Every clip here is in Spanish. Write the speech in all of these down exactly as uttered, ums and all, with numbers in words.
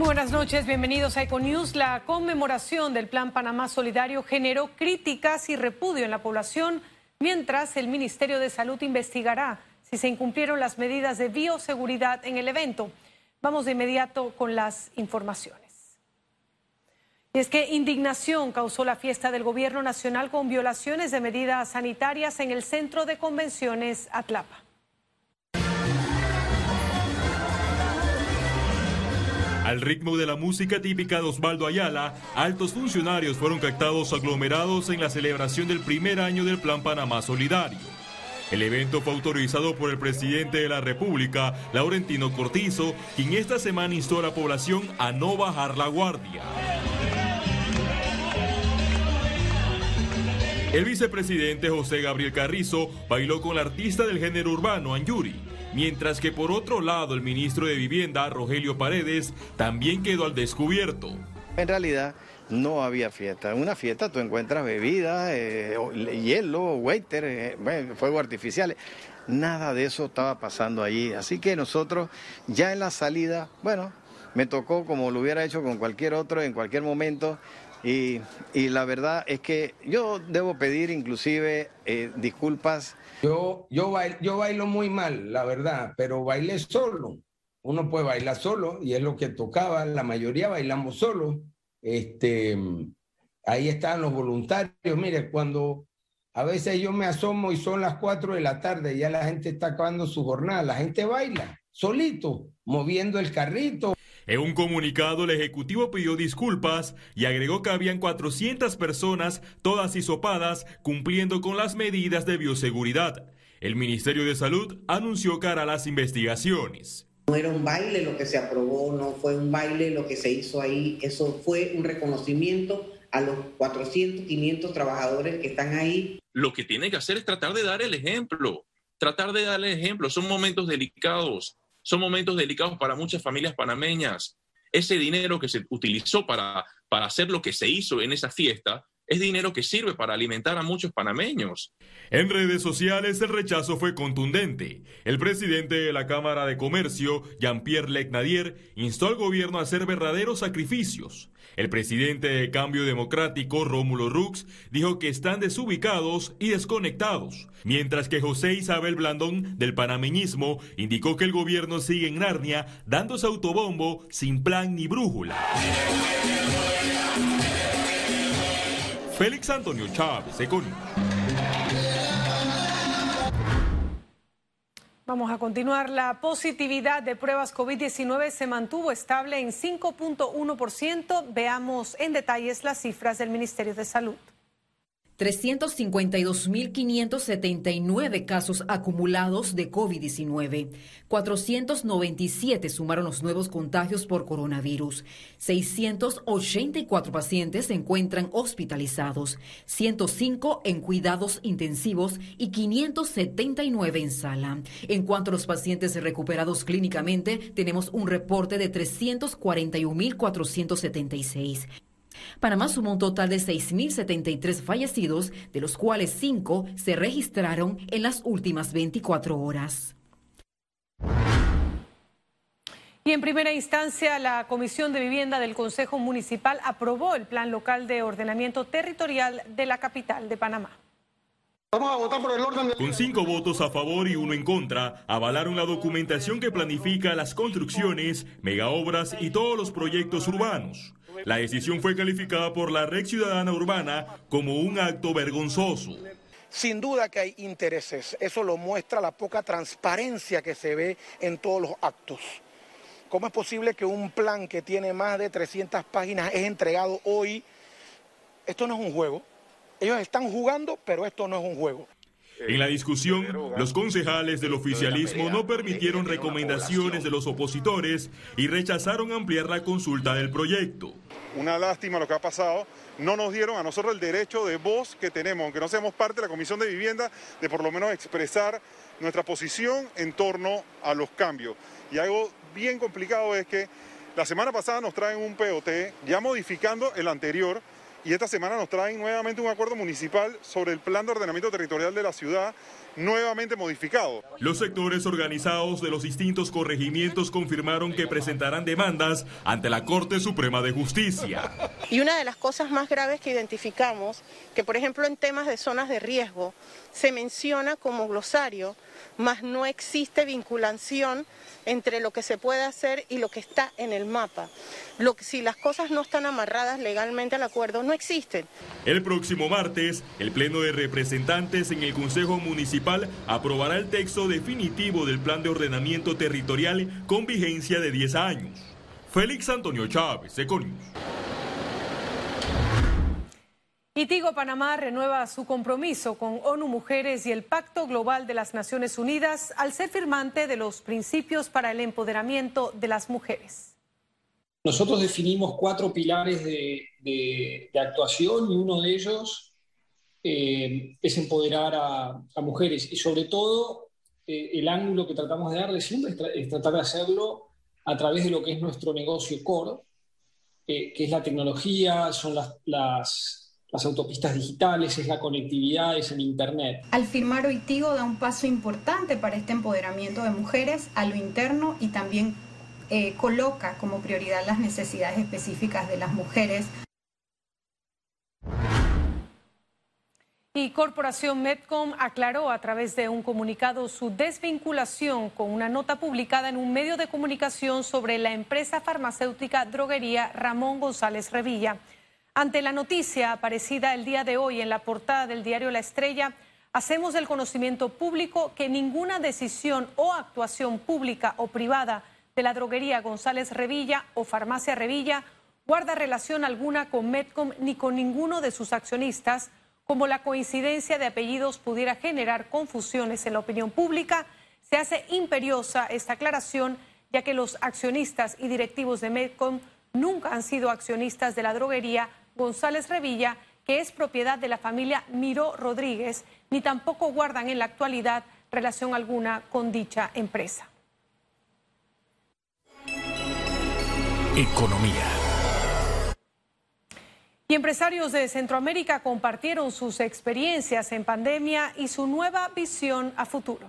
Buenas noches, bienvenidos a Econews. La conmemoración del Plan Panamá Solidario generó críticas y repudio en la población, mientras el Ministerio de Salud investigará si se incumplieron las medidas de bioseguridad en el evento. Vamos de inmediato con las informaciones. Y es que indignación causó la fiesta del Gobierno Nacional con violaciones de medidas sanitarias en el Centro de Convenciones Atlapa. Al ritmo de la música típica de Osvaldo Ayala, altos funcionarios fueron captados aglomerados en la celebración del primer año del Plan Panamá Solidario. El evento fue autorizado por el presidente de la República, Laurentino Cortizo, quien esta semana instó a la población a no bajar la guardia. El vicepresidente José Gabriel Carrizo bailó con la artista del género urbano, Anjuri, mientras que por otro lado el ministro de Vivienda, Rogelio Paredes, también quedó al descubierto. En realidad no había fiesta. En una fiesta tú encuentras bebidas, eh, hielo, waiter, eh, fuegos artificiales. Nada de eso estaba pasando allí. Así que nosotros ya en la salida, bueno, me tocó como lo hubiera hecho con cualquier otro en cualquier momento. Y, y la verdad es que yo debo pedir inclusive eh, disculpas. Yo, yo, bailo, yo bailo muy mal, la verdad, pero bailé solo. Uno puede bailar solo y es lo que tocaba. La mayoría bailamos solo. Este, ahí están los voluntarios. Mire, cuando a veces yo me asomo y son las cuatro de la tarde, ya la gente está acabando su jornada. La gente baila solito, moviendo el carrito. En un comunicado, el Ejecutivo pidió disculpas y agregó que habían cuatrocientas personas, todas hisopadas, cumpliendo con las medidas de bioseguridad. El Ministerio de Salud anunció que hará las investigaciones. No era un baile lo que se aprobó, no fue un baile lo que se hizo ahí, eso fue un reconocimiento a los cuatrocientos, quinientos trabajadores que están ahí. Lo que tiene que hacer es tratar de dar el ejemplo, tratar de dar el ejemplo. Son momentos delicados. Son momentos delicados para muchas familias panameñas. Ese dinero que se utilizó para, para hacer lo que se hizo en esa fiesta es dinero que sirve para alimentar a muchos panameños. En redes sociales el rechazo fue contundente. El presidente de la Cámara de Comercio, Jean-Pierre Lecnadier, instó al gobierno a hacer verdaderos sacrificios. El presidente de Cambio Democrático, Rómulo Rux, dijo que están desubicados y desconectados, mientras que José Isabel Blandón, del panameñismo, indicó que el gobierno sigue en Narnia, dándose autobombo sin plan ni brújula. Félix Antonio Chávez, Econews. Vamos a continuar. La positividad de pruebas COVID diecinueve se mantuvo estable en cinco punto uno por ciento. Veamos en detalles las cifras del Ministerio de Salud. trescientos cincuenta y dos mil quinientos setenta y nueve casos acumulados de COVID diecinueve. cuatrocientos noventa y siete sumaron los nuevos contagios por coronavirus. seiscientos ochenta y cuatro pacientes se encuentran hospitalizados, ciento cinco en cuidados intensivos y quinientos setenta y nueve en sala. En cuanto a los pacientes recuperados clínicamente, tenemos un reporte de trescientos cuarenta y un mil cuatrocientos setenta y seis. Panamá sumó un total de seis mil setenta y tres fallecidos, de los cuales cinco se registraron en las últimas veinticuatro horas. Y en primera instancia, la Comisión de Vivienda del Consejo Municipal aprobó el Plan Local de Ordenamiento Territorial de la capital de Panamá. Vamos a votar por el orden de... Con cinco votos a favor y uno en contra, avalaron la documentación que planifica las construcciones, megaobras y todos los proyectos urbanos. La decisión fue calificada por la Red Ciudadana Urbana como un acto vergonzoso. Sin duda que hay intereses, eso lo muestra la poca transparencia que se ve en todos los actos. ¿Cómo es posible que un plan que tiene más de trescientas páginas es entregado hoy? Esto no es un juego. Ellos están jugando, pero esto no es un juego. En la discusión, los concejales del oficialismo no permitieron recomendaciones de los opositores y rechazaron ampliar la consulta del proyecto. Una lástima lo que ha pasado. No nos dieron a nosotros el derecho de voz que tenemos, aunque no seamos parte de la Comisión de Vivienda, de por lo menos expresar nuestra posición en torno a los cambios. Y algo bien complicado es que la semana pasada nos traen un P O T ya modificando el anterior y esta semana nos traen nuevamente un acuerdo municipal sobre el plan de ordenamiento territorial de la ciudad, nuevamente modificado. Los sectores organizados de los distintos corregimientos confirmaron que presentarán demandas ante la Corte Suprema de Justicia. Y una de las cosas más graves que identificamos, que por ejemplo en temas de zonas de riesgo, se menciona como glosario, mas no existe vinculación entre lo que se puede hacer y lo que está en el mapa. Lo que, si las cosas no están amarradas legalmente al acuerdo, no existen. El próximo martes, el Pleno de Representantes en el Consejo Municipal aprobará el texto definitivo del Plan de Ordenamiento Territorial con vigencia de diez años. Félix Antonio Chávez, Econius. Y Tigo Panamá renueva su compromiso con ONU Mujeres y el Pacto Global de las Naciones Unidas al ser firmante de los principios para el empoderamiento de las mujeres. Nosotros definimos cuatro pilares de, de, de actuación y uno de ellos eh, es empoderar a, a mujeres y sobre todo eh, el ángulo que tratamos de darle siempre es, tra es tratar de hacerlo a través de lo que es nuestro negocio core, eh, que es la tecnología, son las... las las autopistas digitales, es la conectividad, es el Internet. Al firmar hoy Tigo da un paso importante para este empoderamiento de mujeres a lo interno y también eh, coloca como prioridad las necesidades específicas de las mujeres. Y Corporación Medcom aclaró a través de un comunicado su desvinculación con una nota publicada en un medio de comunicación sobre la empresa farmacéutica droguería Ramón González Revilla. Ante la noticia aparecida el día de hoy en la portada del diario La Estrella, hacemos del conocimiento público que ninguna decisión o actuación pública o privada de la droguería González Revilla o Farmacia Revilla guarda relación alguna con Medcom ni con ninguno de sus accionistas, como la coincidencia de apellidos pudiera generar confusiones en la opinión pública. Se hace imperiosa esta aclaración, ya que los accionistas y directivos de Medcom nunca han sido accionistas de la droguería González Revilla, que es propiedad de la familia Miró Rodríguez, ni tampoco guardan en la actualidad relación alguna con dicha empresa. Economía. Y empresarios de Centroamérica compartieron sus experiencias en pandemia y su nueva visión a futuro.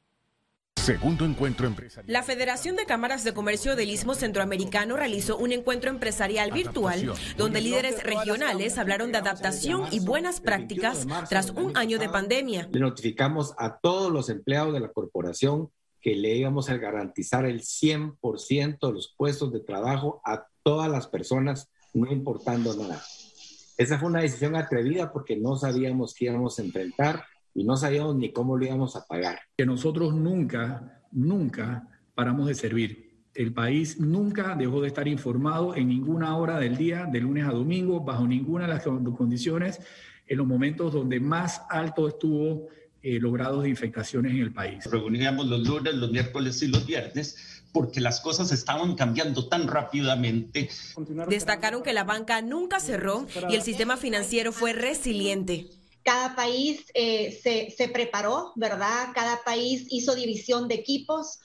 Segundo encuentro empresarial. La Federación de Cámaras de Comercio del Istmo Centroamericano realizó un encuentro empresarial virtual donde líderes regionales hablaron de adaptación y buenas prácticas tras un año de pandemia. Le notificamos a todos los empleados de la corporación que le íbamos a garantizar el cien por ciento de los puestos de trabajo a todas las personas, no importando nada. Esa fue una decisión atrevida porque no sabíamos qué íbamos a enfrentar y no sabíamos ni cómo lo íbamos a pagar. Que nosotros nunca, nunca paramos de servir. El país nunca dejó de estar informado en ninguna hora del día, de lunes a domingo, bajo ninguna de las condiciones, en los momentos donde más alto estuvo eh, los grados de infectaciones en el país. Reuníamos los lunes, los miércoles y los viernes porque las cosas estaban cambiando tan rápidamente. Destacaron que la banca nunca cerró y el sistema financiero fue resiliente. Cada país eh, se, se preparó, ¿verdad? Cada país hizo división de equipos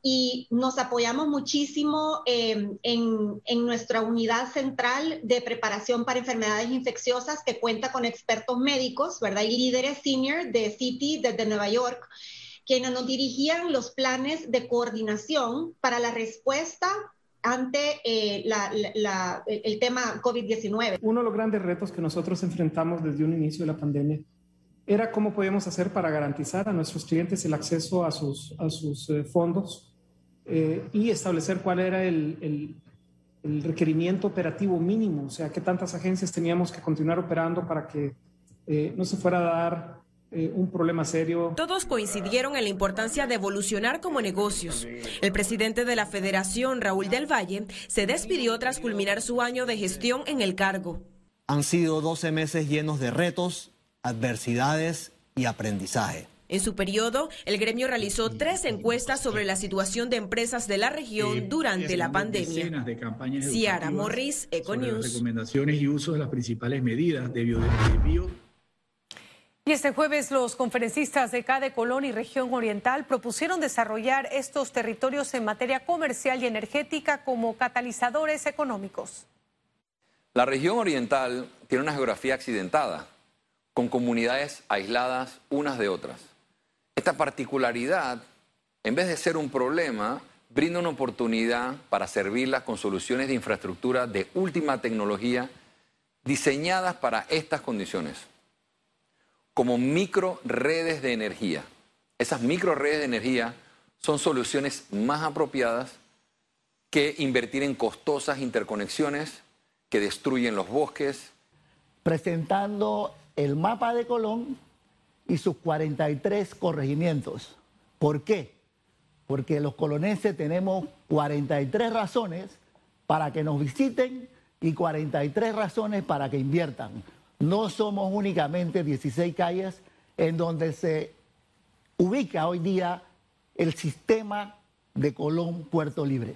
y nos apoyamos muchísimo eh, en, en nuestra unidad central de preparación para enfermedades infecciosas que cuenta con expertos médicos, ¿verdad? Y líderes senior de Citi desde Nueva York, quienes nos dirigían los planes de coordinación para la respuesta ante eh, la, la, la, el tema COVID diecinueve. Uno de los grandes retos que nosotros enfrentamos desde un inicio de la pandemia era cómo podíamos hacer para garantizar a nuestros clientes el acceso a sus, a sus eh, fondos eh, y establecer cuál era el, el, el requerimiento operativo mínimo, o sea, qué tantas agencias teníamos que continuar operando para que eh, no se fuera a dar Eh, un problema serio. Todos coincidieron en la importancia de evolucionar como negocios. El presidente de la Federación, Raúl del Valle, se despidió tras culminar su año de gestión en el cargo. Han sido doce meses llenos de retos, adversidades y aprendizaje. En su periodo, el gremio realizó tres encuestas sobre la situación de empresas de la región eh, durante la pandemia. Ciara Morris, Econews. Recomendaciones y uso de las principales medidas de bio Y este jueves los conferencistas de CADE, Colón y Región Oriental propusieron desarrollar estos territorios en materia comercial y energética como catalizadores económicos. La región oriental tiene una geografía accidentada, con comunidades aisladas unas de otras. Esta particularidad, en vez de ser un problema, brinda una oportunidad para servirlas con soluciones de infraestructura de última tecnología diseñadas para estas condiciones, como micro redes de energía. Esas micro redes de energía son soluciones más apropiadas que invertir en costosas interconexiones que destruyen los bosques. Presentando el mapa de Colón y sus cuarenta y tres corregimientos. ¿Por qué? Porque los colonenses tenemos cuarenta y tres razones para que nos visiten y cuarenta y tres razones para que inviertan. No somos únicamente dieciséis calles en donde se ubica hoy día el sistema de Colón Puerto Libre.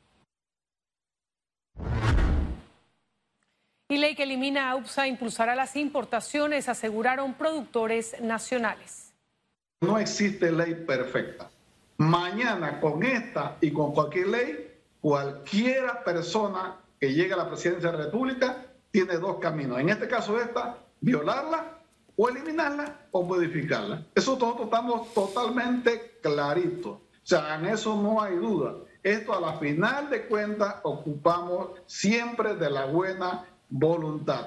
Y ley que elimina a UPSA impulsará las importaciones, aseguraron productores nacionales. No existe ley perfecta. Mañana con esta y con cualquier ley, cualquiera persona que llegue a la presidencia de la República tiene dos caminos. En este caso esta, violarla o eliminarla o modificarla. Eso nosotros estamos totalmente claritos. O sea, en eso no hay duda. Esto a la final de cuentas ocupamos siempre de la buena voluntad.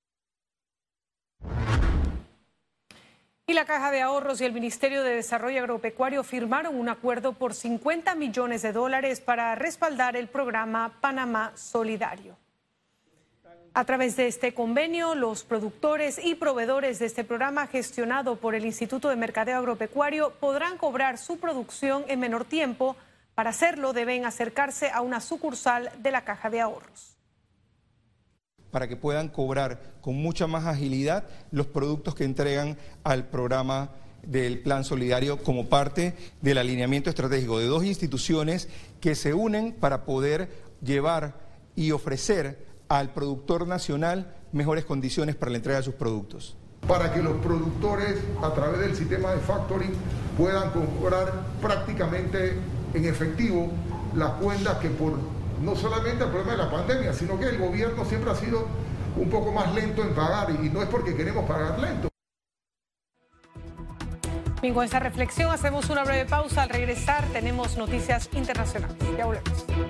Y la Caja de Ahorros y el Ministerio de Desarrollo Agropecuario firmaron un acuerdo por cincuenta millones de dólares para respaldar el programa Panamá Solidario. A través de este convenio, los productores y proveedores de este programa gestionado por el Instituto de Mercadeo Agropecuario podrán cobrar su producción en menor tiempo. Para hacerlo, deben acercarse a una sucursal de la Caja de Ahorros, para que puedan cobrar con mucha más agilidad los productos que entregan al programa del Plan Solidario como parte del alineamiento estratégico de dos instituciones que se unen para poder llevar y ofrecer al productor nacional mejores condiciones para la entrega de sus productos. Para que los productores a través del sistema de factoring puedan cobrar prácticamente en efectivo las cuentas que por no solamente el problema de la pandemia, sino que el gobierno siempre ha sido un poco más lento en pagar y no es porque queremos pagar lento. Bien, con esta reflexión hacemos una breve pausa. Al regresar tenemos noticias internacionales. Ya volvemos.